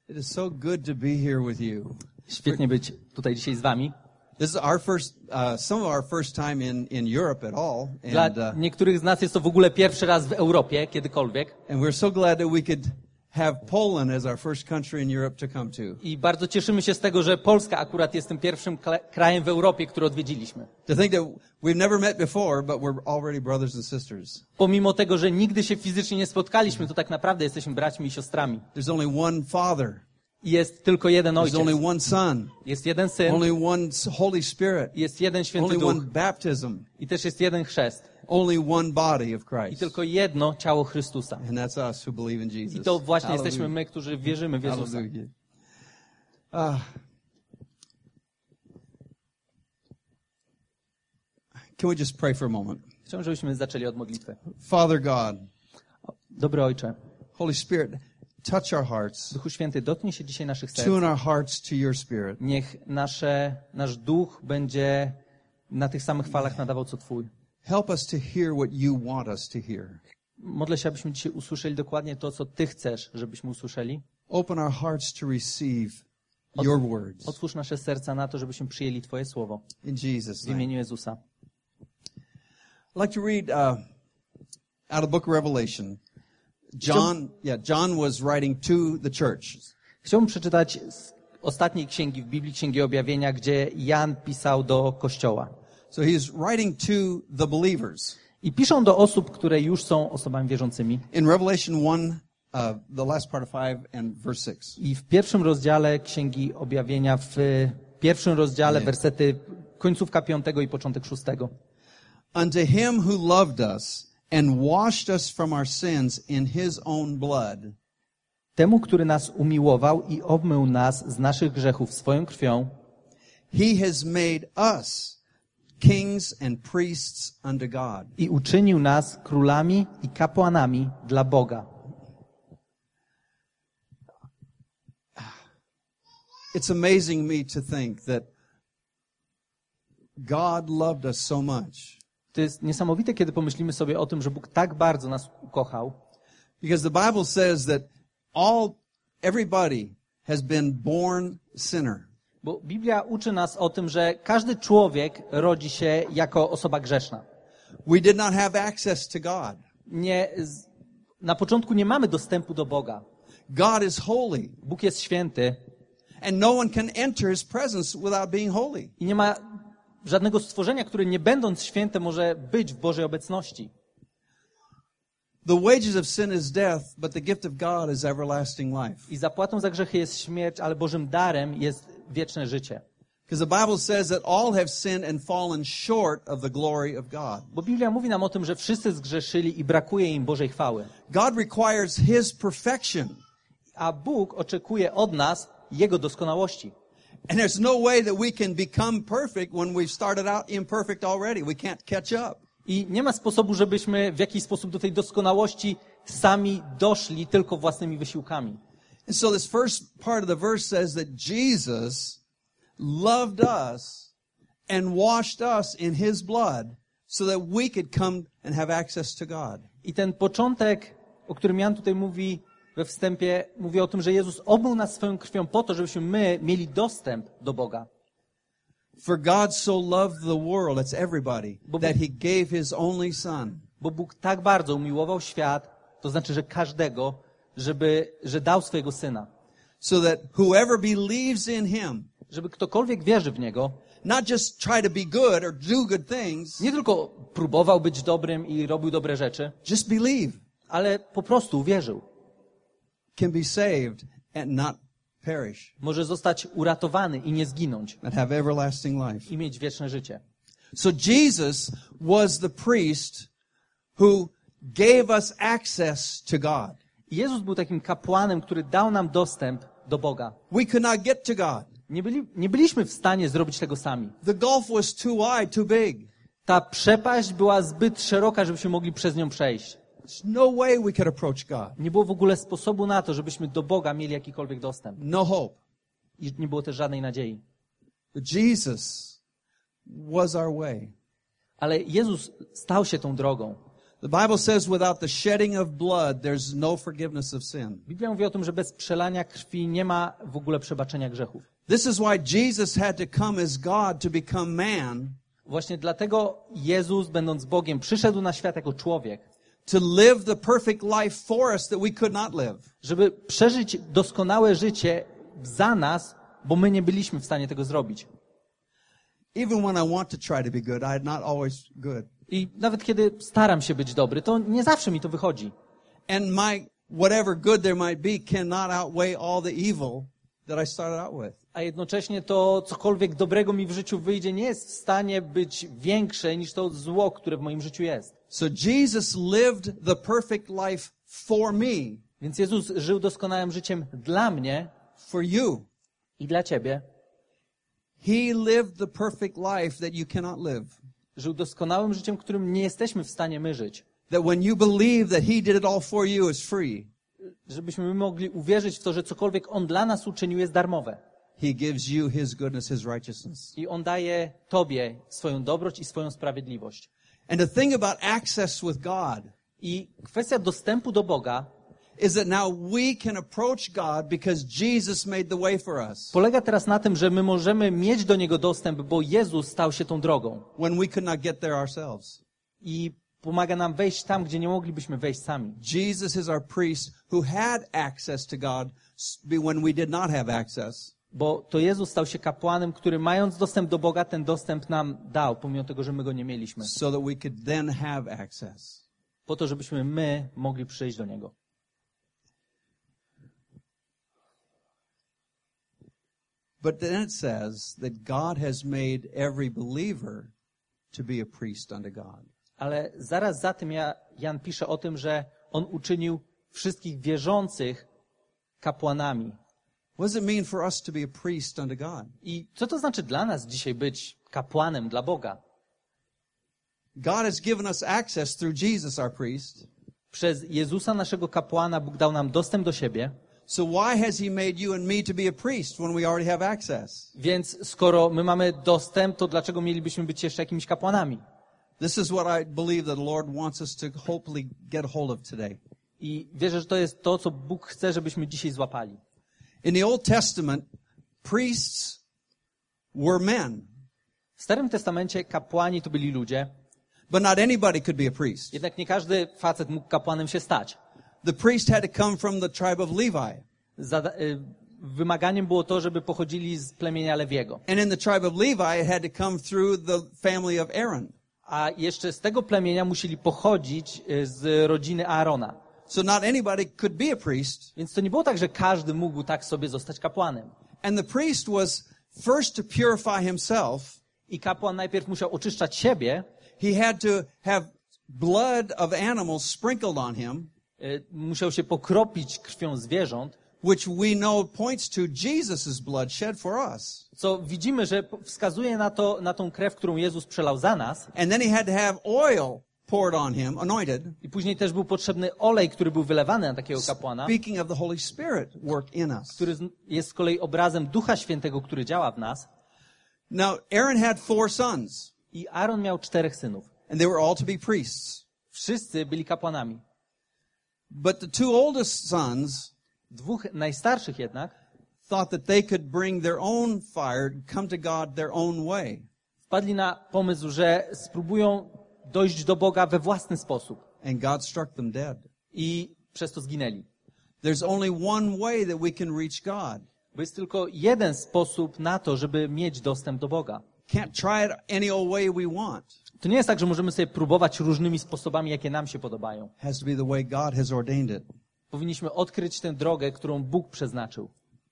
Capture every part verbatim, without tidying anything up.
It is so good to be here with you. Świetnie być tutaj dzisiaj z wami. This is our first, uh, some of our first time in, in Europe at all. Dla And, uh, niektórych z nas jest to w ogóle pierwszy raz w Europie, kiedykolwiek. and we're so glad that we could have Poland as our first country in Europe to come to. I bardzo cieszymy się z tego, że Polska akurat jest tym pierwszym krajem w Europie, który odwiedziliśmy. To think that we've never met before, but we're already brothers and sisters. Pomimo tego, że nigdy się fizycznie nie spotkaliśmy, to tak naprawdę jesteśmy braćmi i siostrami. There's only one Father. Jest tylko jeden There's Ojciec. only one Son. Jest jeden Syn. Only one Holy Spirit. Jest jeden Święty Only Duch. one baptism. I też jest jeden chrzest. Only one body of I Christ. tylko jedno ciało Chrystusa. And that's us who believe in Jesus. I to właśnie Hallelujah. jesteśmy my, którzy wierzymy w Jezusa. Hallelujah. Uh, can we just pray for a moment? Chciałbym, żebyśmy zaczęli od modlitwy. Father God, Dobry Ojcze, Holy Spirit, touch our hearts. Duchu Święty, dotknij się dzisiaj naszych serc. Tune our hearts to your Spirit. Niech nasze, nasz duch będzie na tych samych falach nadawał, co Twój. Help us to hear what you want us to hear. Modlę się, abyśmy dzisiaj usłyszeli dokładnie to, co Ty chcesz, żebyśmy usłyszeli. Open our hearts to receive your words. Otwórz nasze serca na to, żebyśmy przyjęli Twoje słowo. In Jesus' W name. imieniu Jezusa. I'd like to read uh, out of the book of Revelation. John, yeah, John was writing to the church. Chciałbym przeczytać z ostatniej księgi w Biblii, Księgi Objawienia, gdzie Jan pisał do Kościoła. So he is writing to the believers. I piszą do osób, które już są osobami wierzącymi. In Revelation one, uh, the last part of five and verse six. I w pierwszym rozdziale Księgi Objawienia, w pierwszym rozdziale, Nie. wersety końcówka piątego i początek szóstego. Unto him who loved us and washed us from our sins in his own blood. Temu, który nas umiłował i obmył nas z naszych grzechów swoją krwią, He has made us kings and priests unto God. i uczynił nas królami i kapłanami dla Boga. It's amazing me to think that God loved us so much. To jest niesamowite, kiedy pomyślimy sobie o tym, że Bóg tak bardzo nas ukochał, Because the Bible says that all, everybody has been born sinner. bo Biblia uczy nas o tym, że każdy człowiek rodzi się jako osoba grzeszna. We did not have access to God. Nie, z- na początku nie mamy dostępu do Boga. God is holy, Bóg jest święty and no one can enter his presence without being holy. i nie ma żadnego stworzenia, które nie będąc święte może być w Bożej obecności. The wages of sin is death, but the gift of God is everlasting life. I zapłatą za grzechy jest śmierć, ale Bożym darem jest wieczne życie. Because the Bible says that all have sinned and fallen short of the glory of God. Bo Biblia mówi nam o tym, że wszyscy zgrzeszyli i brakuje im Bożej chwały. God requires his perfection. A Bóg oczekuje od nas Jego doskonałości. And there's no way that we can become perfect when we've started out imperfect already. We can't catch up. I nie ma sposobu, żebyśmy w jakiś sposób do tej doskonałości sami doszli tylko własnymi wysiłkami. And so this first part of the verse says that Jesus loved us and washed us in his blood so that we could come and have access to God. I ten początek, o którym Jan tutaj mówi we wstępie, mówi o tym, że Jezus obmył nas swoją krwią po to, żebyśmy my mieli dostęp do Boga. For God so loved the world, that's everybody, Bo- that he gave his only son. Bo Bóg tak bardzo umiłował świat, to znaczy, że każdego, żeby, że dał swojego Syna. So that whoever believes in him, Żeby ktokolwiek wierzy w Niego, not just try to be good or do good things, nie tylko próbował być dobrym i robił dobre rzeczy, just believe, ale po prostu uwierzył. can be saved and not perish, Może zostać uratowany i nie zginąć and have everlasting life. i mieć wieczne życie. So Jesus was the priest who gave us access to God. I Jezus był takim kapłanem, który dał nam dostęp do Boga. We could not get to God. Nie, byli, nie byliśmy w stanie zrobić tego sami. The gulf was too wide, too big. Ta przepaść była zbyt szeroka, żebyśmy mogli przez nią przejść. There's no way we could approach God. Nie było w ogóle sposobu na to, żebyśmy do Boga mieli jakikolwiek dostęp. No hope. I nie było też żadnej nadziei. But Jesus was our way. Ale Jezus stał się tą drogą. The Bible says without the shedding of blood, there's no forgiveness of sin. Biblia mówi o tym, że bez przelania krwi nie ma w ogóle przebaczenia grzechów. This is why Jesus had to come as God to become man. Właśnie dlatego Jezus, będąc Bogiem, przyszedł na świat jako człowiek, To live the perfect life for us that we could not live. żeby przeżyć doskonałe życie za nas, bo my nie byliśmy w stanie tego zrobić. Even when I want to try to be good, I'm not always good. I nawet kiedy staram się być dobry, to nie zawsze mi to wychodzi. And my whatever good there might be cannot outweigh all the evil that I started out with. A jednocześnie to cokolwiek dobrego mi w życiu wyjdzie, nie jest w stanie być większe niż to zło, które w moim życiu jest. So Jesus lived the perfect life for me, Więc Jezus żył doskonałym życiem dla mnie for you. i dla ciebie. He lived the perfect life that you cannot live. Żył doskonałym życiem, którym nie jesteśmy w stanie my żyć. That when you believe that He did it all for you is free. Żebyśmy my mogli uwierzyć w to, że cokolwiek On dla nas uczynił, jest darmowe. He gives you His goodness, His righteousness. I On daje tobie swoją dobroć i swoją sprawiedliwość. And the thing about access with God I kwestia dostępu do Boga is that now we can approach God because Jesus made the way for us. polega teraz na tym, że my możemy mieć do Niego dostęp, bo Jezus stał się tą drogą. When we could not get there ourselves. I pomaga nam wejść tam, gdzie nie moglibyśmy wejść sami. Jesus is our priest who had access to God when we did not have access. Bo to Jezus stał się kapłanem, który mając dostęp do Boga, ten dostęp nam dał, pomimo tego, że my go nie mieliśmy. So that we could then have access. Po to, żebyśmy my mogli przyjść do Niego. But then it says that God has made every believer to be a priest unto God. Ale zaraz za tym Jan pisze o tym, że On uczynił wszystkich wierzących kapłanami. What does it mean for us to be a priest unto God? I co to znaczy dla nas dzisiaj być kapłanem dla Boga? God has given us access through Jesus, our priest. Przez Jezusa, naszego kapłana, Bóg dał nam dostęp do siebie. So why has He made you and me to be a priest when we already have access? Więc skoro my mamy dostęp, to dlaczego mielibyśmy być jeszcze jakimiś kapłanami? This is what I believe that the Lord wants us to hopefully get hold of today. I wierzę, że to jest to, co Bóg chce, żebyśmy dzisiaj złapali. In the Old Testament, priests were men, W Starym Testamencie kapłani to byli ludzie, but not anybody could be a priest. jednak nie każdy facet mógł kapłanem się stać. The priest had to come from the tribe of Levi. Zada- y, wymaganiem było to, żeby pochodzili z plemienia Lewiego. And in the tribe of Levi, it had to come through the family of Aaron. A jeszcze z tego plemienia musieli pochodzić y, z rodziny Aarona. So not anybody could be a priest. Więc to nie było tak, że każdy mógł tak sobie zostać kapłanem. And the priest was first to purify himself. I kapłan najpierw musiał oczyszczać siebie, He had to have blood of animals sprinkled on him, y, musiał się pokropić krwią zwierząt, which we know points to Jesus' blood shed for us. co widzimy, że wskazuje na to, na tą krew, którą Jezus przelał za nas. And then he had to have oil poured on him, anointed. I później też był potrzebny olej, który był wylewany na takiego kapłana, Speaking of the Holy Spirit work in us. który jest z kolei obrazem Ducha Świętego, który działa w nas. Now, Aaron had four sons, I Aaron miał czterech synów. and they were all to be priests. Wszyscy byli kapłanami. But the two oldest sons Dwóch najstarszych jednak thought that they could bring their own fire, come to God their own way. wpadli na pomysł, że spróbują dojść do Boga we własny sposób. And God struck them dead. I przez to zginęli. There's only one way that we can reach God. Bo jest tylko jeden sposób na to, żeby mieć dostęp do Boga. Can't try it any old way we want. To nie jest tak, że możemy sobie próbować różnymi sposobami, jakie nam się podobają. It has to be the way God has ordained it. Powinniśmy odkryć tę drogę, którą Bóg przeznaczył.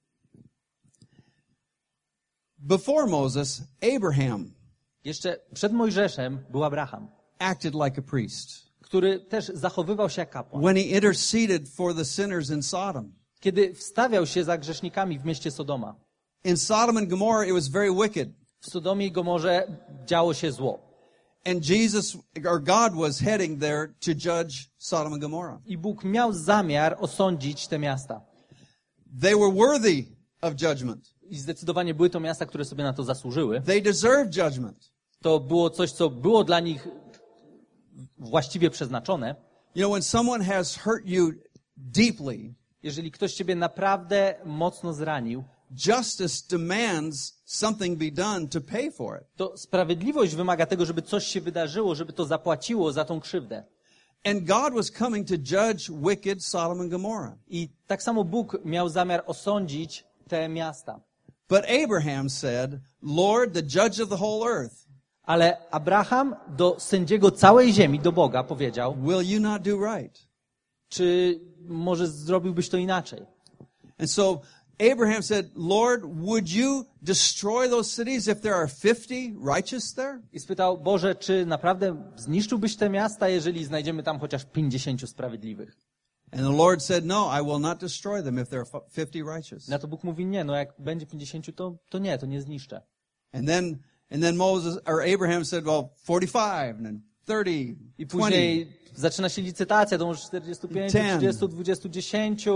Before Moses, Abraham Jeszcze przed Mojżeszem był Abraham, acted like a priest który też zachowywał się jak kapłan. when he interceded for the sinners in Sodom. Kiedy wstawiał się za grzesznikami w mieście Sodoma. In Sodom and Gomorrah, it was very wicked. W Sodomie i Gomorze działo się zło. And Jesus, or God was heading there to judge Sodom and Gomorrah. I Bóg miał zamiar osądzić te miasta. They were worthy of judgment. I zdecydowanie były to miasta, które sobie na to zasłużyły. They deserved judgment. To było coś, co było dla nich właściwie przeznaczone. You know, when someone has hurt you deeply, Jeżeli ktoś ciebie naprawdę mocno zranił, justice demands something be done to pay for it. to sprawiedliwość wymaga tego, żeby coś się wydarzyło, żeby to zapłaciło za tą krzywdę. And God was coming to judge wicked Sodom and Gomorrah. I tak samo Bóg miał zamiar osądzić te miasta. But Abraham said, Lord, the judge of the whole earth, Ale Abraham do sędziego całej ziemi, do Boga, powiedział, will you not do right? czy może zrobiłbyś to inaczej? And so Abraham said, Lord, would you destroy those cities if there are fifty righteous there? I spytał, Boże, czy naprawdę zniszczyłbyś te miasta, jeżeli znajdziemy tam chociaż pięćdziesięciu sprawiedliwych? And the Lord said, no, I will not destroy them if there are fifty righteous. Na to Bóg mówi, nie, no jak będzie pięćdziesięciu, to, to nie, to nie zniszczę. And then, and then Moses, or Abraham said, well, forty-five, and then thirty, I twenty. później zaczyna się licytacja, to może czterdzieści pięć, Ten. trzydzieści, dwadzieścia, dziesięć.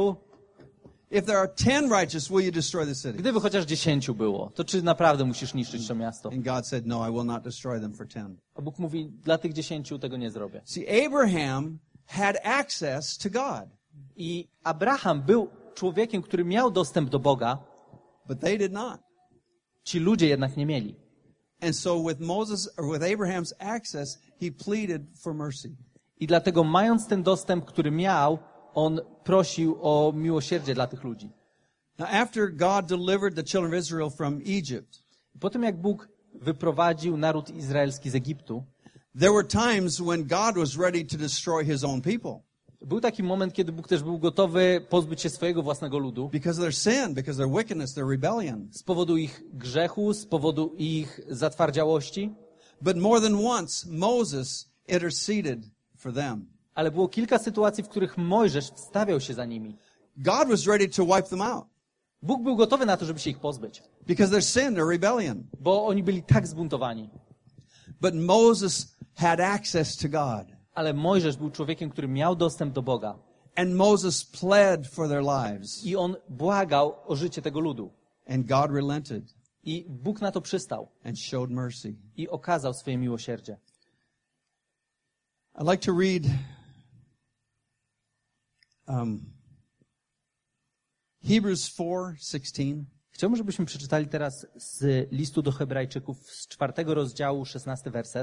If there are ten righteous, will you destroy the city? Gdyby chociaż dziesięciu było, to czy naprawdę musisz niszczyć to miasto? And God said, no, I will not destroy them for ten. A Bóg mówi, dla tych dziesięciu tego nie zrobię. See, Abraham had access to God, I Abraham był człowiekiem, który miał dostęp do Boga, but they did not. ci ludzie jednak nie mieli. And so with Moses, or with Abraham's access, he pleaded for mercy. I dlatego mając ten dostęp, który miał, on prosił o miłosierdzie dla tych ludzi. Now, after God delivered the children of Israel from Egypt, Po tym jak Bóg wyprowadził naród izraelski z Egiptu, there were times when God was ready to destroy his own people był taki moment, kiedy Bóg też był gotowy pozbyć się swojego własnego ludu because of their sin, because of their wickedness, their rebellion. z powodu ich grzechu, z powodu ich zatwardziałości, But more than once, Moses interceded for them. ale było kilka sytuacji, w których Mojżesz wstawiał się za nimi. God was ready to wipe them out Bóg był gotowy na to, żeby się ich pozbyć, because of their sin, their rebellion. bo oni byli tak zbuntowani. But Moses had access to God. Ale Mojżesz był człowiekiem, który miał dostęp do Boga. And Moses pled for their lives. I on błagał o życie tego ludu. And God relented I Bóg na to przystał. and showed mercy. I okazał swoje miłosierdzie. I'd like to read um, Hebrews four sixteen. Chciałbym, żebyśmy przeczytali teraz z listu do Hebrajczyków z czwartego rozdziału, szesnasty werset.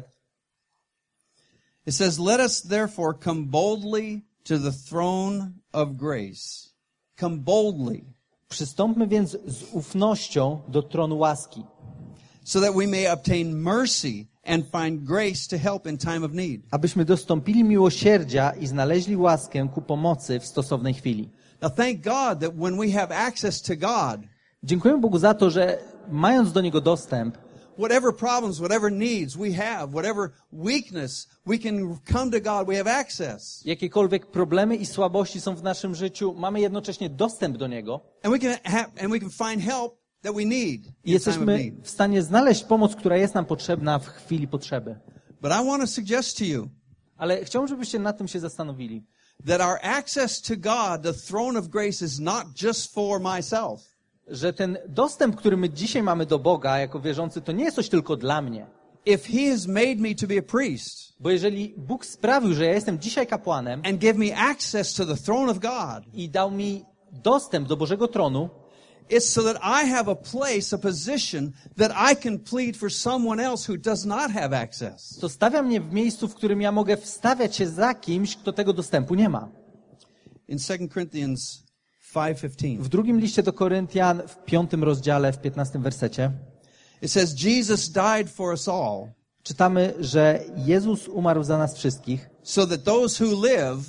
It says, let us therefore come boldly to the throne of grace. Come boldly, Przystąpmy więc z ufnością do tronu łaski, so that we may obtain mercy and find grace to help in time of need. abyśmy dostąpili miłosierdzia i znaleźli łaskę ku pomocy w stosownej chwili. Now thank God that when we have access to God, Dziękuję Bogu za to, że mając do Niego dostęp, whatever problems, whatever needs we have, whatever weakness, we can come to God, we have access. jakiekolwiek problemy i słabości są w naszym życiu, mamy jednocześnie dostęp do Niego And we can have, and we can find help that we need i in time of jesteśmy need. w stanie znaleźć pomoc, która jest nam potrzebna w chwili potrzeby. But I want to suggest to you Ale chciałbym, żebyście nad tym się zastanowili, that our access to God, the throne of grace, is not just for myself. że ten dostęp, który my dzisiaj mamy do Boga jako wierzący, to nie jest coś tylko dla mnie. If He has made me to be a priest Bo jeżeli Bóg sprawił, że ja jestem dzisiaj kapłanem and give me access to the throne of God, i dał mi dostęp do Bożego tronu, it's so that I have a place, a position that I can plead for someone else who does not have access. to stawia mnie w miejscu, w którym ja mogę wstawiać się za kimś, kto tego dostępu nie ma. In Second Corinthians five fifteen, W drugim liście do Koryntian, w piątym rozdziale, w piętnastym wersecie, it says, Jesus died for us all, czytamy, że Jezus umarł za nas wszystkich, so that those who live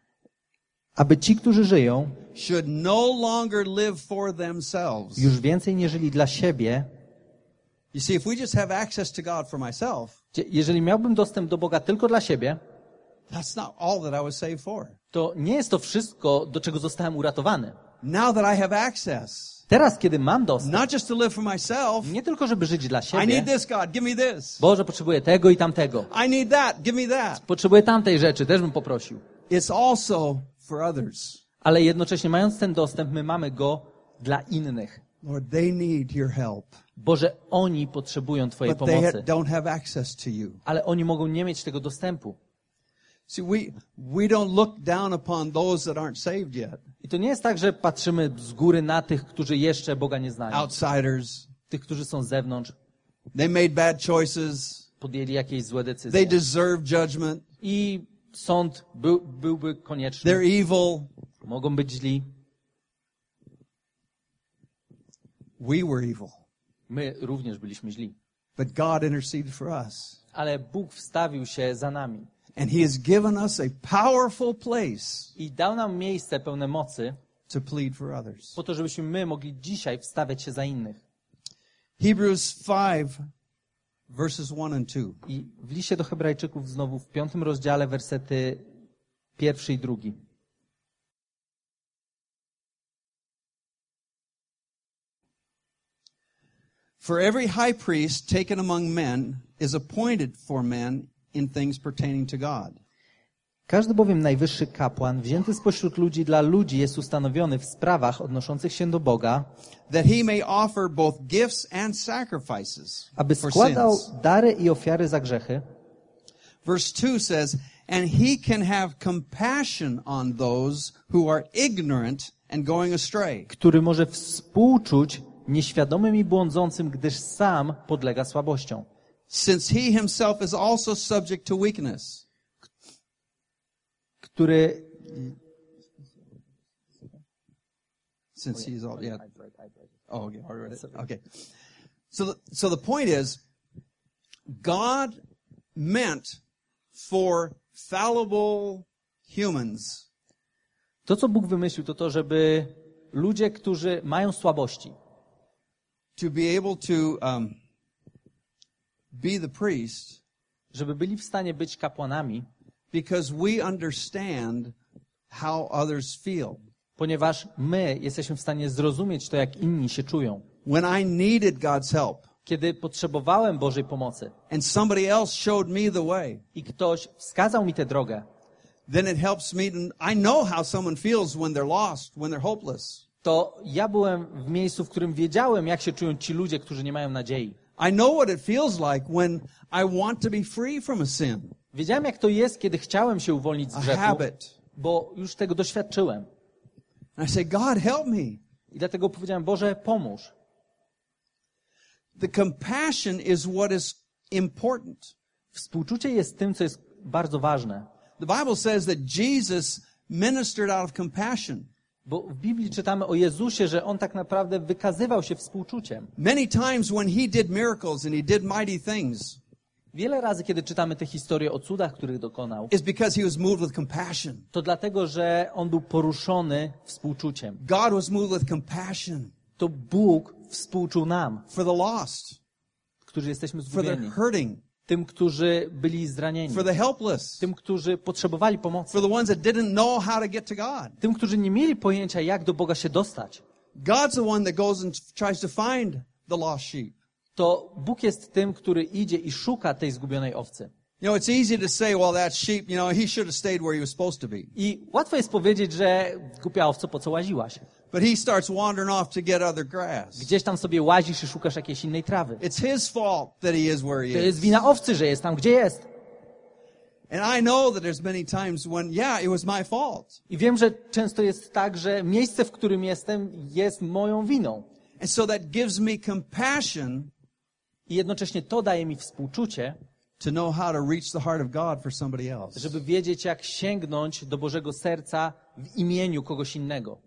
aby ci, którzy żyją, should no longer live for themselves. już więcej nie żyli dla siebie. You see, if we just have access to God for myself, Jeżeli miałbym dostęp do Boga tylko dla siebie, that's not all that I was saved for. to nie jest to wszystko, do czego zostałem uratowany. Now that I have access, Teraz, kiedy mam dostęp, not just to live for myself, nie tylko żeby żyć dla I siebie, need this, God, give me this. Boże, potrzebuję tego i tamtego, I need that, give me that. potrzebuję tamtej rzeczy, też bym poprosił. It's also for others. Ale jednocześnie mając ten dostęp, my mamy go dla innych. Lord, they need your help, Boże, oni potrzebują Twojej but they ha- pomocy, don't have access to you. ale oni mogą nie mieć tego dostępu. See, we, we don't look down upon those that aren't saved yet. I to nie jest tak, że patrzymy z góry na tych, którzy jeszcze Boga nie znają. Outsiders. Tych, którzy są z zewnątrz, They made bad choices. podjęli jakieś złe They decyzje. deserve judgment. I sąd był, byłby konieczny. They're evil. Mogą być źli. We were evil. My również byliśmy źli. But God interceded for us. Ale Bóg wstawił się za nami. And He has given us a powerful place I dał nam miejsce pełne mocy to plead for others. po to, żebyśmy my mogli dzisiaj wstawiać się za innych. Hebrews five, verses one and two. I w liście do Hebrajczyków znowu w piątym rozdziale wersety pierwszy i drugi. For every high priest taken among men is appointed for men in things pertaining to God. Każdy bowiem najwyższy kapłan, wzięty spośród ludzi dla ludzi, jest ustanowiony w sprawach odnoszących się do Boga, That he may offer both gifts and sacrifices aby for składał sins. dary i ofiary za grzechy. Verse two says, and he can have compassion on those who are ignorant and going astray. Który może współczuć nieświadomym i błądzącym, gdyż sam podlega słabościom. Since he himself is also subject to weakness. Który... Since he's all, yeah. Oh, okay, I read it. Okay. So, the, so the point is, God meant for fallible humans To, co Bóg wymyślił, to to, żeby ludzie, którzy mają słabości, to be able to um, be the priest żeby byli w stanie być kapłanami, because we understand how others feel. ponieważ my jesteśmy w stanie zrozumieć to, jak inni się czują. When I needed God's help Kiedy potrzebowałem Bożej pomocy and somebody else showed me the way, i ktoś wskazał mi tę drogę, then it helps me to, I know how someone feels when they're lost, when they're hopeless. to ja byłem w miejscu, w którym wiedziałem, jak się czują ci ludzie, którzy nie mają nadziei. I know what it feels like when I want to be free from a sin, Wiedziałem, jak to jest, kiedy chciałem się uwolnić z a grzechu, habit. bo już tego doświadczyłem. And I say, God, help me. I dlatego powiedziałem, Boże, pomóż. The compassion is what is important. Współczucie jest tym, co jest bardzo ważne. The Bible says that Jesus ministered out of compassion. Bo w Biblii czytamy o Jezusie, że On tak naprawdę wykazywał się współczuciem. Many times when he did miracles and he did mighty things, Wiele razy, kiedy czytamy te historie o cudach, których dokonał, is because he was moved with compassion. to dlatego, że On był poruszony współczuciem. God was moved with compassion To Bóg współczuł nam, for the lost, którzy jesteśmy for the zgubieni. hurting, Tym, którzy byli zranieni. for the helpless, Tym, którzy potrzebowali pomocy. for the ones that didn't know how to get to God. Tym, którzy nie mieli pojęcia, jak do Boga się dostać. God's the one that goes and tries to find the lost sheep. To Bóg jest tym, który idzie i szuka tej zgubionej owcy. You know, it's easy to say, well, that sheep, you know, he should have stayed where he was supposed to be. I łatwo jest powiedzieć, że głupia owco, po co łaziłaś? But he starts wandering off to get other grass. Gdzieś tam sobie łazisz i szukasz jakiejś innej trawy. It's his fault that he is where To he jest is. wina owcy, że jest tam, gdzie jest. And I know that there's many times when, yeah, it was my fault. I wiem, że często jest tak, że miejsce, w którym jestem, jest moją winą. And so that gives me compassion I jednocześnie to daje mi współczucie, to know how to reach the heart of God for somebody else. żeby wiedzieć, jak sięgnąć do Bożego serca w imieniu kogoś innego.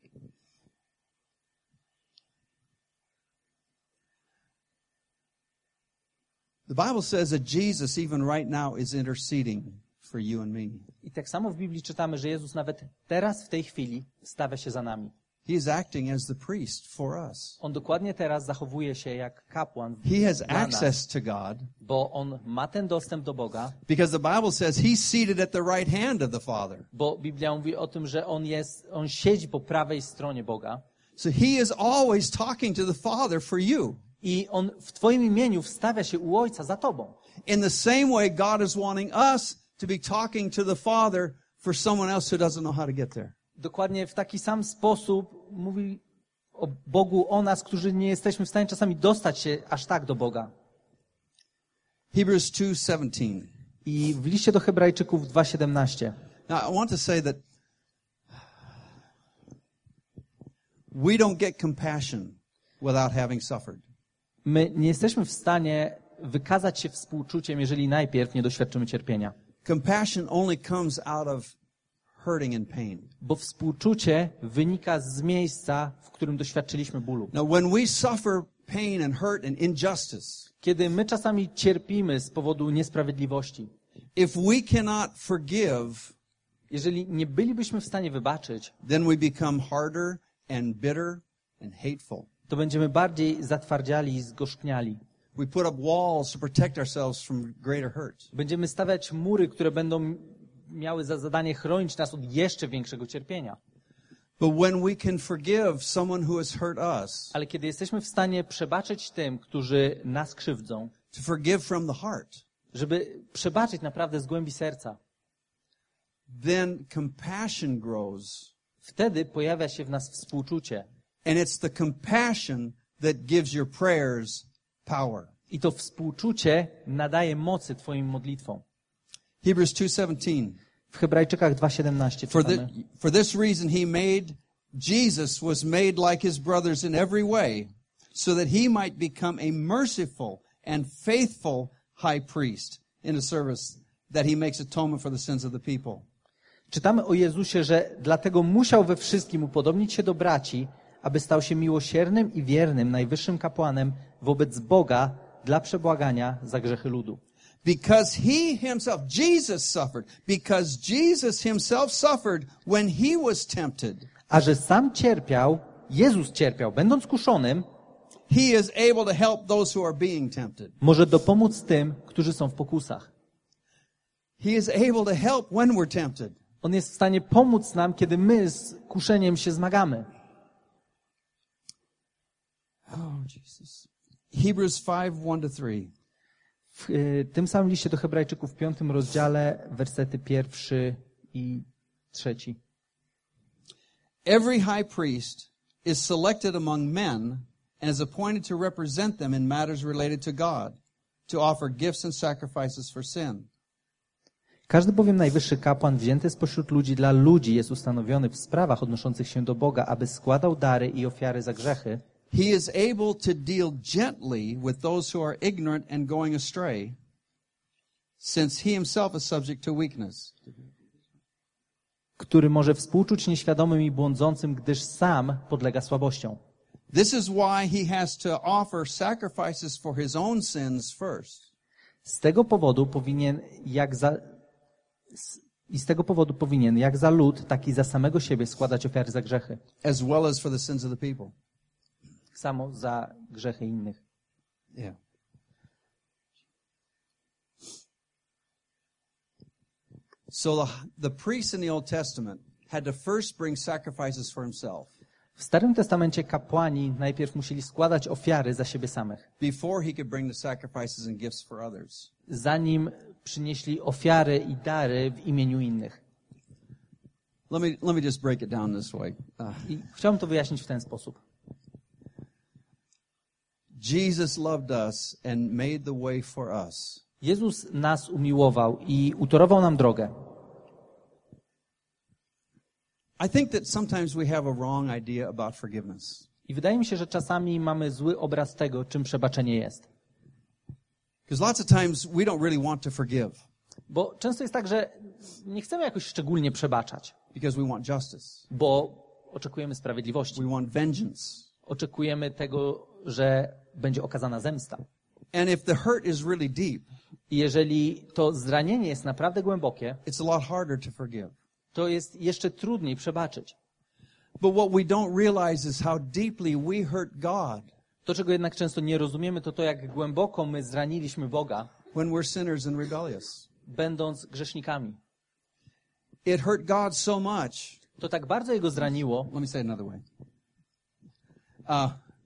The Bible says that Jesus, even right now, is interceding for you and me. I tak samo w Biblii czytamy, że Jezus nawet teraz, w tej chwili, stawia się za nami. He is acting as the priest for us. On dokładnie teraz zachowuje się jak kapłan He has dla nas, access to God bo on ma ten dostęp do Boga, because the Bible says he's seated at the right hand of the Father. bo Biblia mówi o tym, że on jest, on siedzi po prawej stronie Boga So he is always talking to the Father for you. i on w twoim imieniu wstawia się u Ojca za tobą. In the same way, God is wanting us to be talking to the Father for someone else who doesn't know how to get there. Dokładnie w taki sam sposób mówi o Bogu o nas, którzy nie jesteśmy w stanie czasami dostać się aż tak do Boga. Hebrews two seventeen. I w liście do Hebrajczyków dwa siedemnaście. Now, I want to say that we don't get compassion without having suffered. My nie jesteśmy w stanie wykazać się współczuciem, jeżeli najpierw nie doświadczymy cierpienia. Compassion only comes out of hurting and pain. Bo współczucie wynika z miejsca, w którym doświadczyliśmy bólu. Now, when we suffer pain and hurt and injustice, Kiedy my czasami cierpimy z powodu niesprawiedliwości, if we cannot forgive, jeżeli nie bylibyśmy w stanie wybaczyć, then we become harder and bitter and hateful. to będziemy bardziej zatwardziali i zgorzkniali. We put up walls to protect ourselves from greater hurt. Będziemy stawiać mury, które będą miały za zadanie chronić nas od jeszcze większego cierpienia. But when we can forgive someone who has hurt us, Ale kiedy jesteśmy w stanie przebaczyć tym, którzy nas krzywdzą, to forgive from the heart, żeby przebaczyć naprawdę z głębi serca, then compassion grows. wtedy pojawia się w nas współczucie. And it's the compassion that gives your prayers power. I to współczucie nadaje mocy twoim modlitwom. Hebrews two seventeen. W Hebrajczykach dwa siedemnaście For, czytamy. the, for this reason he made, Jesus was made like his brothers in every way, so that he might become a merciful and faithful high priest in a service that he makes atonement for the sins of the people. Czytamy o Jezusie, że dlatego musiał we wszystkim upodobnić się do braci, aby stał się miłosiernym i wiernym najwyższym kapłanem wobec Boga dla przebłagania za grzechy ludu. Because he himself, Jesus suffered, because Jesus himself suffered when he was tempted, A że sam cierpiał, Jezus cierpiał, będąc kuszonym, he is able to help those who are being tempted. może dopomóc tym, którzy są w pokusach. He is able to help when we're tempted. On jest w stanie pomóc nam, kiedy my z kuszeniem się zmagamy. Oh, Jesus. Hebrews five, one to three. W y, tym samym liście do Hebrajczyków w piątym rozdziale, wersety pierwszy i trzeci. Every high priest is selected among men and is appointed to represent them in matters related to God, to offer gifts and sacrifices for sin. Każdy bowiem najwyższy kapłan wzięty spośród ludzi dla ludzi jest ustanowiony w sprawach odnoszących się do Boga, aby składał dary i ofiary za grzechy. He is able to deal gently with those who are ignorant and going astray, since he himself is subject to weakness. Który może współczuć nieświadomym i błądzącym, gdyż sam podlega słabościom. This is why he has to offer sacrifices for his own sins first. Z tego powodu powinien, jak za, i z tego powodu powinien, jak za lud, tak i za samego siebie składać ofiary za grzechy. As well as for the sins of the people. Samo za grzechy innych. Yeah. So the, the priests in the Old Testament had to first bring sacrifices for himself W Starym Testamencie kapłani najpierw musieli składać ofiary za siebie samych, before he could bring the sacrifices and gifts for others. zanim przynieśli ofiary i dary w imieniu innych. Let me let me just break it down this way. Uh, I chciałbym to wyjaśnić w ten sposób. Jesus loved us and made the way for us. Jezus nas umiłował i utorował nam drogę. I think that sometimes we have a wrong idea about forgiveness. I wydaje mi się, że czasami mamy zły obraz tego, czym przebaczenie jest. Because lots of times we don't really want to forgive Bo często jest tak, że nie chcemy jakoś szczególnie przebaczać, because we want justice. bo oczekujemy sprawiedliwości. We want vengeance. Oczekujemy tego, że będzie okazana zemsta. And if the hurt is really deep, I jeżeli to zranienie jest naprawdę głębokie, it's a lot harder to forgive. to jest jeszcze trudniej przebaczyć. But what we don't realize is how deeply we hurt God To, czego jednak często nie rozumiemy, to to, jak głęboko my zraniliśmy Boga, when we're sinners and rebellious. będąc grzesznikami. It hurt God so much. To tak bardzo Jego zraniło. Let me say it another way. Uh,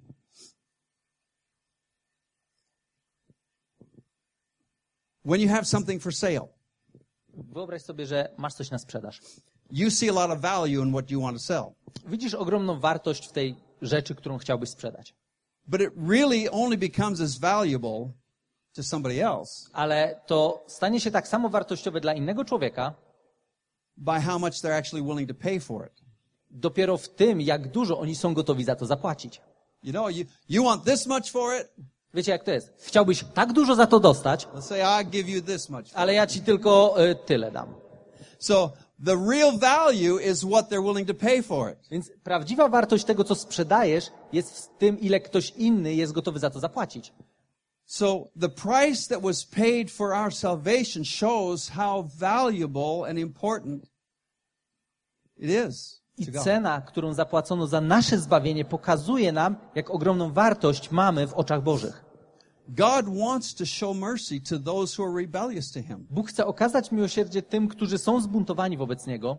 when you have something for sale, Wyobraź sobie, że masz coś na sprzedaż. you see a lot of value in what you want to sell. Widzisz ogromną wartość w tej rzeczy, którą chciałbyś sprzedać. But it really only becomes as valuable to somebody else ale to stanie się tak samo wartościowe dla innego człowieka by how much they're actually willing to pay for it. dopiero w tym, jak dużo oni są gotowi za to zapłacić. You know, you, you want this much for it? Wiecie, jak to jest? Chciałbyś tak dużo za to dostać, Let's say I give you this much for ale ja ci tylko y, tyle dam. it. So the real value is what they're willing to pay for it. Więc prawdziwa wartość tego, co sprzedajesz, jest w tym, ile ktoś inny jest gotowy za to zapłacić. So the price that was paid for our salvation shows how valuable and important it is I to God. cena, którą zapłacono za nasze zbawienie, pokazuje nam, jak ogromną wartość mamy w oczach Bożych. God wants to show mercy to those who are rebellious to Him. Bóg chce okazać miłosierdzie tym, którzy są zbuntowani wobec Niego.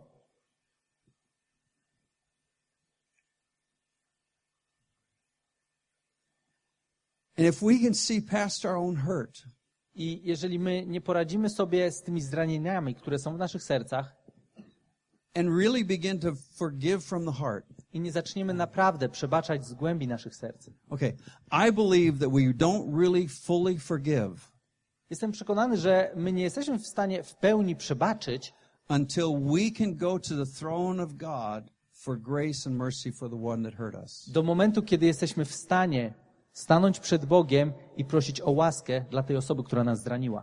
And if we can see past our own hurt, I jeżeli my nie poradzimy sobie z tymi zranieniami, które są w naszych sercach and really begin to forgive from the heart. i nie zaczniemy naprawdę przebaczać z głębi naszych serc. Okay, I believe that we don't really fully forgive Jestem przekonany, że my nie jesteśmy w stanie w pełni przebaczyć, until we can go to the throne of God for grace and mercy for the one that hurt us. do momentu, kiedy jesteśmy w stanie stanąć przed Bogiem i prosić o łaskę dla tej osoby, która nas zraniła.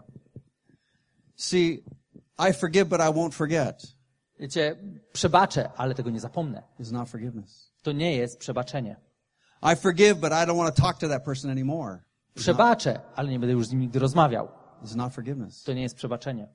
See, I forgive but I won't forget Wiecie, przebaczę, ale tego nie zapomnę. is not forgiveness. To nie jest przebaczenie. I forgive but I don't want to talk to that person anymore. Przebaczę, ale nie będę już z nim nigdy rozmawiał. It's not forgiveness. To nie jest przebaczenie.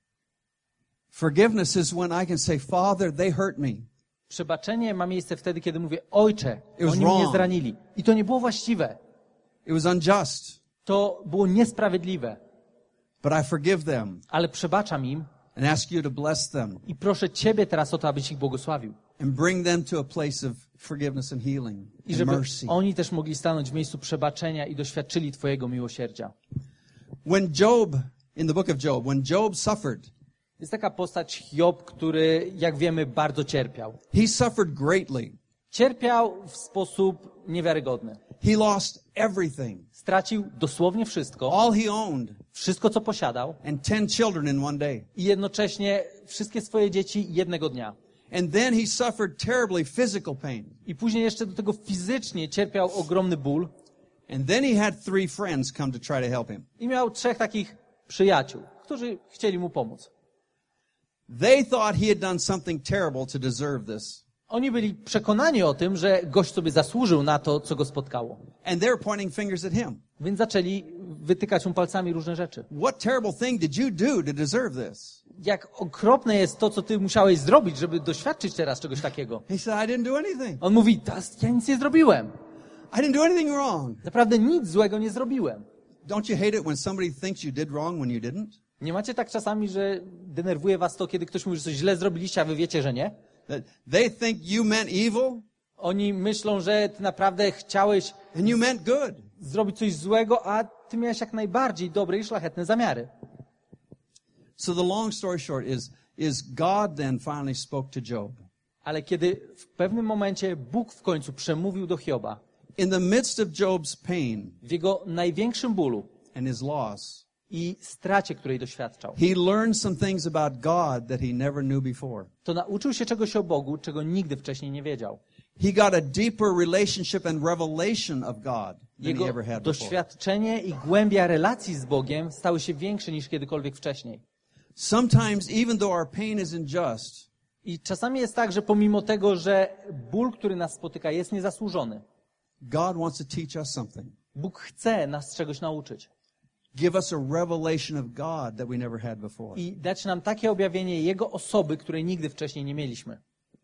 Forgiveness is when I can say, Father, they hurt me. Przebaczenie ma miejsce wtedy, kiedy mówię, Ojcze, was oni mnie wrong. zranili. I to nie było właściwe. It was unjust, To było niesprawiedliwe. but I forgive them Ale przebaczam im and ask you to bless them i proszę Ciebie teraz o to, abyś ich błogosławił. and bring them to a place of forgiveness and healing I and żeby mercy. oni też mogli stanąć w miejscu przebaczenia i doświadczyli Twojego miłosierdzia. When Job, in the book of Job, when Job suffered, Jest taka postać Hiob, który, jak wiemy, bardzo cierpiał. he suffered greatly. Cierpiał w sposób niewiarygodny. He lost everything, Stracił dosłownie wszystko, all he owned, wszystko, co posiadał and ten children in one day. i jednocześnie wszystkie swoje dzieci jednego dnia. And then he suffered terribly physical pain. I później jeszcze do tego fizycznie cierpiał ogromny ból And then he had three friends come to try to help him. i miał trzech takich przyjaciół, którzy chcieli mu pomóc. They thought he had done something terrible to deserve this. Oni byli przekonani o tym, że gość sobie zasłużył na to, co go spotkało. And they're pointing fingers at him. Więc zaczęli wytykać mu palcami różne rzeczy. What terrible thing did you do to deserve this? Jak okropne jest to, co ty musiałeś zrobić, żeby doświadczyć teraz czegoś takiego. He said, I didn't do anything. On mówi, ja nic nie zrobiłem. I didn't do anything wrong. Naprawdę nic złego nie zrobiłem. Don't you hate it when somebody thinks you did wrong when you didn't? Nie macie tak czasami, że denerwuje was to, kiedy ktoś mówi, że coś źle zrobiliście, a wy wiecie, że nie? That they think you meant evil Oni myślą, że ty naprawdę chciałeś and you meant good. zrobić coś złego, a ty miałeś jak najbardziej dobre i szlachetne zamiary. So the long story short is, is God then finally spoke to Job. Ale kiedy w pewnym momencie Bóg w końcu przemówił do Hioba, In the midst of Job's pain w jego największym bólu and his loss, i stracie, której doświadczał, he learned some things about God that he never knew before. to nauczył się czegoś o Bogu, czego nigdy wcześniej nie wiedział. He got a deeper relationship and revelation of God than he Jego ever had before. doświadczenie i głębia relacji z Bogiem stały się większe niż kiedykolwiek wcześniej. Sometimes, even though our pain is unjust, I czasami jest tak, że pomimo tego, że ból, który nas spotyka, jest niezasłużony, God wants to teach us something. Bóg chce nas czegoś nauczyć Give us a revelation of God that we never had before. i dać nam takie objawienie Jego osoby, której nigdy wcześniej nie mieliśmy.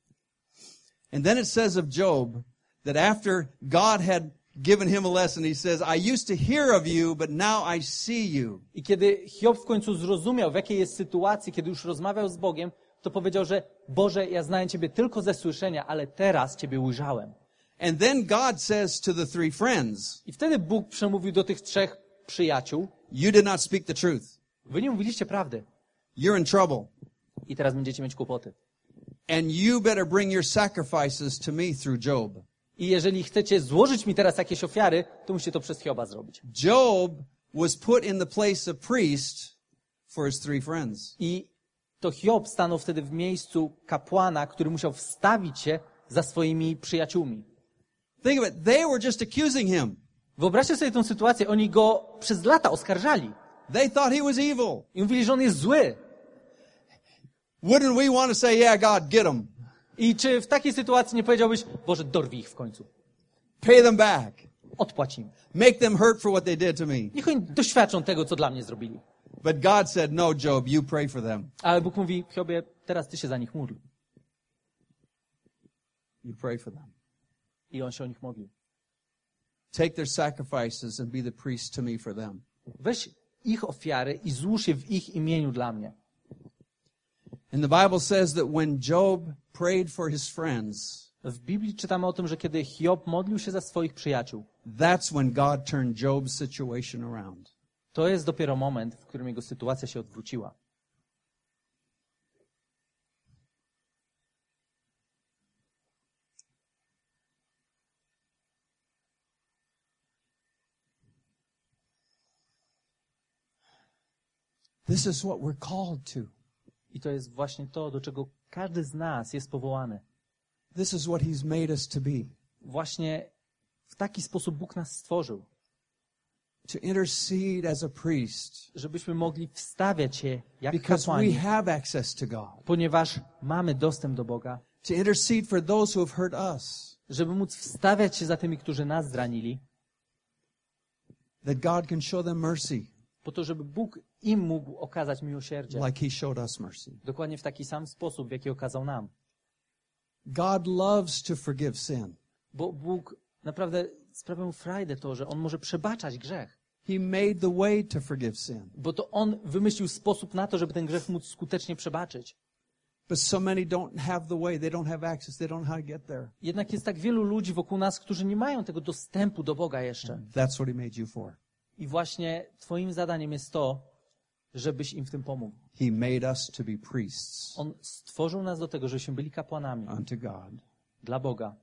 And then it says of Job that after God had given him a lesson, he says, I used to hear of you, but now I see you. I kiedy Hiob w końcu zrozumiał, w jakiej jest sytuacji, kiedy już rozmawiał z Bogiem, to powiedział, że Boże, ja znałem Ciebie tylko ze słyszenia, ale teraz Ciebie ujrzałem. And then God says to the three friends, I wtedy Bóg przemówił do tych trzech przyjaciół, you did not speak the truth. wy nie mówiliście prawdy You're in trouble. i teraz będziecie mieć kłopoty. And you better bring your sacrifices to me through Job. I jeżeli chcecie złożyć mi teraz jakieś ofiary, to musicie to przez Hioba zrobić. Job was put in the place of priest for his three friends. I to Hiob stanął wtedy w miejscu kapłana, który musiał wstawić się za swoimi przyjaciółmi. Think of it, they were just accusing him. Wyobraźcie sobie tę sytuację, oni go przez lata oskarżali. They thought he was evil. I mówili, że on jest zły. Wouldn't we want to say, yeah, God, get them. I czy w takiej sytuacji nie powiedziałbyś, Boże, dorwij ich w końcu. Pay them back. Odpłać im. Make them hurt for what they did to me. Niech oni doświadczą tego, co dla mnie zrobili. But God said, no, Job, you pray for them. Ale Bóg mówi, Hiobie, teraz ty się za nich módl. You pray for them. I on się o nich modlił. Take their sacrifices and be the priest to me for them. Weź ich ofiary i złóż je w ich imieniu dla mnie. And the Bible says that when Job prayed for his friends, W Biblii czytamy o tym, że kiedy Hiob modlił się za swoich przyjaciół, that's when God turned Job's situation around. to jest dopiero moment, w którym jego sytuacja się odwróciła. This is what we're called to. I to jest właśnie to, do czego każdy z nas jest powołany. This is what he's made us to be. Właśnie w taki sposób Bóg nas stworzył, To intercede as a priest. żebyśmy mogli wstawiać się jak Because we kapłani, have access to God. ponieważ mamy dostęp do Boga, To intercede for those who have hurt us. żeby móc wstawiać się za tymi, którzy nas zranili, That God can show them mercy po to, żeby Bóg im mógł okazać miłosierdzie. like he showed us mercy. Dokładnie w taki sam sposób, w jaki okazał nam. God loves to forgive sin. Bo Bóg naprawdę sprawia mu frajdę to, że On może przebaczać grzech. He made the way to forgive sin. Bo to On wymyślił sposób na to, żeby ten grzech móc skutecznie przebaczyć. But so many don't have the way. They don't have access. They don't know how to get there. Jednak jest tak wielu ludzi wokół nas, którzy nie mają tego dostępu do Boga jeszcze. That's what he made you for. I właśnie Twoim zadaniem jest to, żebyś im w tym pomógł. He made us to be priests On stworzył nas do tego, żebyśmy byli kapłanami unto God. dla Boga.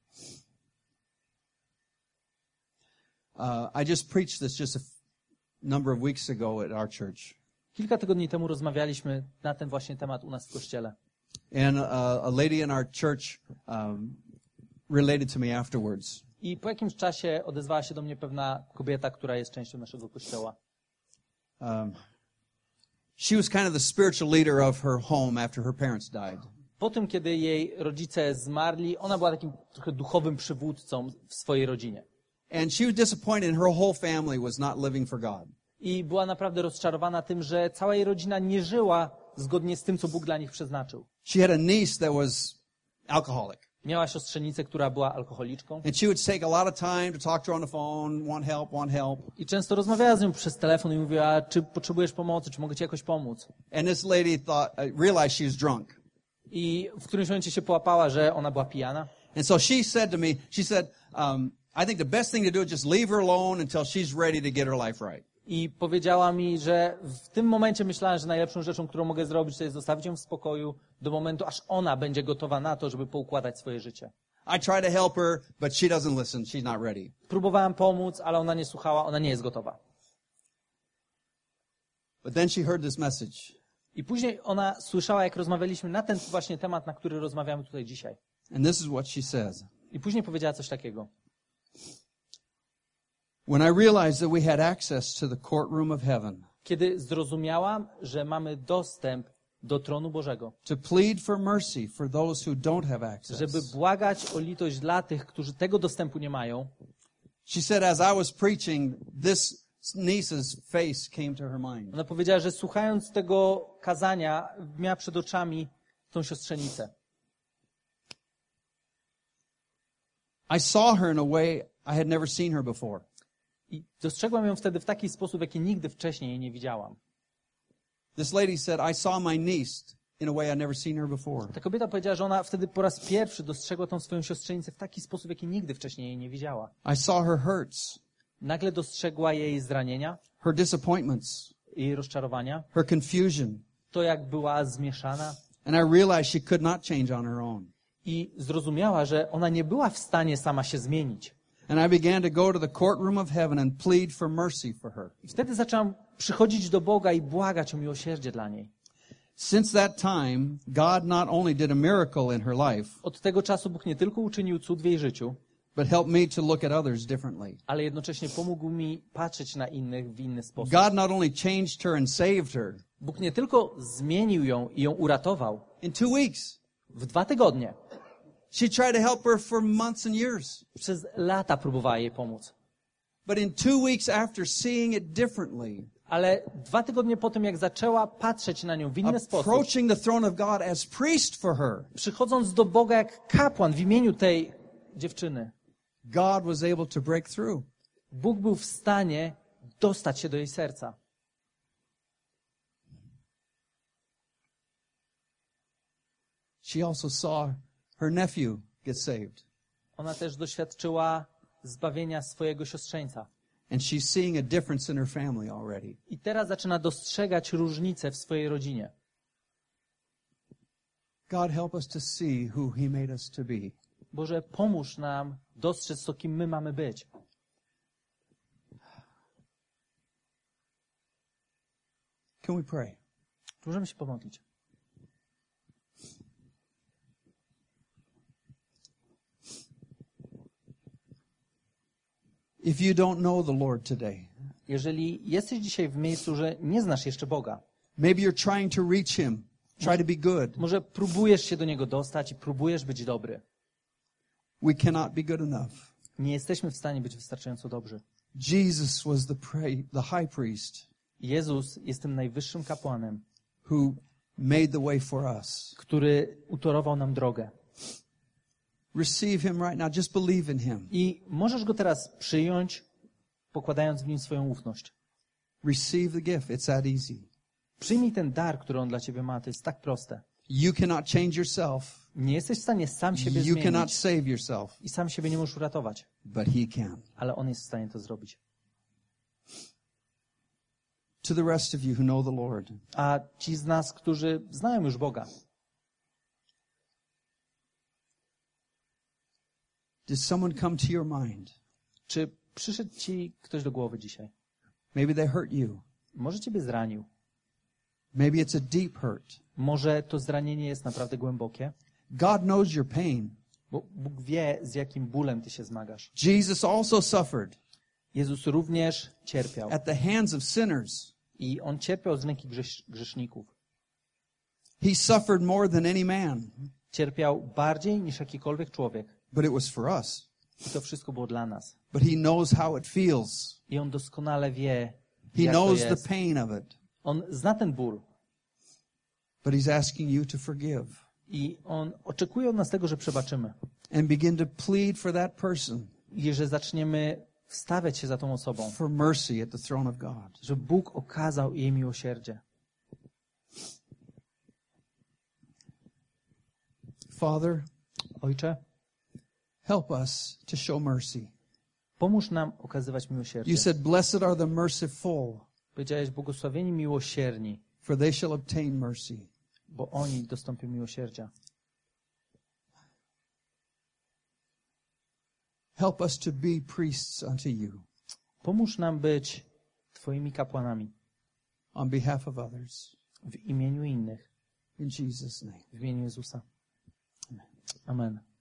Uh, I just preached this just a f- number of weeks ago at our church. Kilka tygodni temu rozmawialiśmy na ten właśnie temat u nas w kościele. And uh, a lady in our church um, related to me afterwards. I po jakimś czasie odezwała się do mnie pewna kobieta, która jest częścią naszego kościoła. Um, she was kind of the spiritual leader of her home after her parents died. Po tym, kiedy jej rodzice zmarli, ona była takim trochę duchowym przywódcą w swojej rodzinie. And she was disappointed her whole family was not living for God. I była naprawdę rozczarowana tym, że cała jej rodzina nie żyła zgodnie z tym, co Bóg dla nich przeznaczył. She had a niece that was alcoholic. Miała siostrzenicę, która była alkoholiczką. And she would take a lot of time to talk to her on the phone, want help, want help. I często rozmawiała z nią przez telefon i mówiła, czy potrzebujesz pomocy, czy mogę ci jakoś pomóc. And this lady thought, uh, realized she was drunk. I w którymś momencie się połapała, że ona była pijana. And so she said to me, she said, um, I think the best thing to do is just leave her alone until she's ready to get her life right. I powiedziała mi, że w tym momencie myślałem, że najlepszą rzeczą, którą mogę zrobić, to jest zostawić ją w spokoju do momentu, aż ona będzie gotowa na to, żeby poukładać swoje życie. I try to help her, but she doesn't listen. She's not ready. Próbowałem pomóc, ale ona nie słuchała, ona nie jest gotowa. But then she heard this message. I później ona słyszała, jak rozmawialiśmy na ten właśnie temat, na który rozmawiamy tutaj dzisiaj. And this is what she says. I później powiedziała coś takiego. When I realized that we had access to the courtroom of heaven, Kiedy zrozumiałam, że mamy dostęp do tronu Bożego, to plead for mercy for those who don't have access. żeby błagać o litość dla tych, którzy tego dostępu nie mają, She said, as I was preaching, this niece's face came to her mind. ona powiedziała, że słuchając tego kazania, miała przed oczami tą siostrzenicę. I saw her in a way I had never seen her before. I dostrzegłam ją wtedy w taki sposób, jaki nigdy wcześniej jej nie widziałam. This lady said, I saw my niece in a way I'd never seen her before. Ta kobieta powiedziała, że ona wtedy po raz pierwszy dostrzegła tą swoją siostrzenicę w taki sposób, jaki nigdy wcześniej jej nie widziała. I saw her hurts, Nagle dostrzegła jej zranienia, her disappointments, jej rozczarowania, her confusion. to jak była zmieszana And I realized she could not change on her own. i zrozumiała, że ona nie była w stanie sama się zmienić. And I began to go to the courtroom of heaven and plead for mercy for her. I wtedy zaczęłam przychodzić do Boga i błagać o miłosierdzie dla niej. Since that time, God not only did a miracle in her life, Od tego czasu Bóg nie tylko uczynił cud w jej życiu, but helped me to look at others differently. ale jednocześnie pomógł mi patrzeć na innych w inny sposób. God not only changed her and saved her. Bóg nie tylko zmienił ją i ją uratował. In two weeks, W dwa tygodnie. she tried to help her for months and years. Przez lata próbowała jej pomóc. But in two weeks after seeing it differently, Ale dwa tygodnie po tym, jak zaczęła patrzeć na nią w inny sposób, approaching the throne of God as priest for her, przychodząc do Boga jak kapłan w imieniu tej dziewczyny, God was able to break through. Bóg był w stanie dostać się do jej serca. She also saw her nephew get saved. Ona też doświadczyła zbawienia swojego siostrzeńca. And she's seeing a difference in her family already. I teraz zaczyna dostrzegać różnice w swojej rodzinie. God help us to see who He made us to be. Boże, pomóż nam dostrzec to, kim my mamy być. Can we pray? Możemy się pomodlić. If you don't know the Lord today, Jeżeli jesteś dzisiaj w miejscu, że nie znasz jeszcze Boga, maybe you're trying to reach Him, try to be good. może próbujesz się do Niego dostać i próbujesz być dobry. We cannot be good enough. Nie jesteśmy w stanie być wystarczająco dobrzy. Jesus was the, pray, the high priest Jezus jest tym najwyższym kapłanem, who made the way for us. który utorował nam drogę. Receive Him right now. Just believe in Him. I możesz Go teraz przyjąć, pokładając w Nim swoją ufność. Receive the gift. It's that easy. Przyjmij ten dar, który On dla ciebie ma. To jest tak proste. You cannot change yourself. Nie jesteś w stanie sam siebie You cannot zmienić save yourself, i sam siebie nie możesz uratować, but He can. ale On jest w stanie to zrobić. To the rest of you who know the Lord, A ci z nas, którzy znają już Boga, did someone come to your mind? czy przyszedł ci ktoś do głowy dzisiaj? Maybe they hurt you. Może ciebie zranił. Maybe it's a deep hurt. Może to zranienie jest naprawdę głębokie, God knows your pain. bo Bóg wie, z jakim bólem ty się zmagasz. Jesus also suffered Jezus również cierpiał. at the hands of sinners. I On cierpiał z ręki grzesz- grzeszników. He suffered more than any man, Cierpiał bardziej niż jakikolwiek człowiek. but it was for us. I to wszystko było dla nas. But He knows how it feels. I On doskonale wie, He jak to knows the jest. pain of it. On zna ten ból. But He's asking you to forgive I On oczekuje od nas tego, że przebaczymy. and begin to plead for that person I że zaczniemy wstawiać się za tą osobą. for mercy at the throne of God. Że Bóg okazał jej miłosierdzie. Father, Ojcze, help us to show mercy. pomóż nam okazywać miłosierdzie. You said, blessed are the merciful, Powiedziałeś, błogosławieni miłosierni, for they shall obtain mercy. bo oni dostąpią miłosierdzia. Help us to be priests unto you Pomóż nam być Twoimi kapłanami on behalf of others. w imieniu innych, In Jesus' name. w imieniu Jezusa. Amen.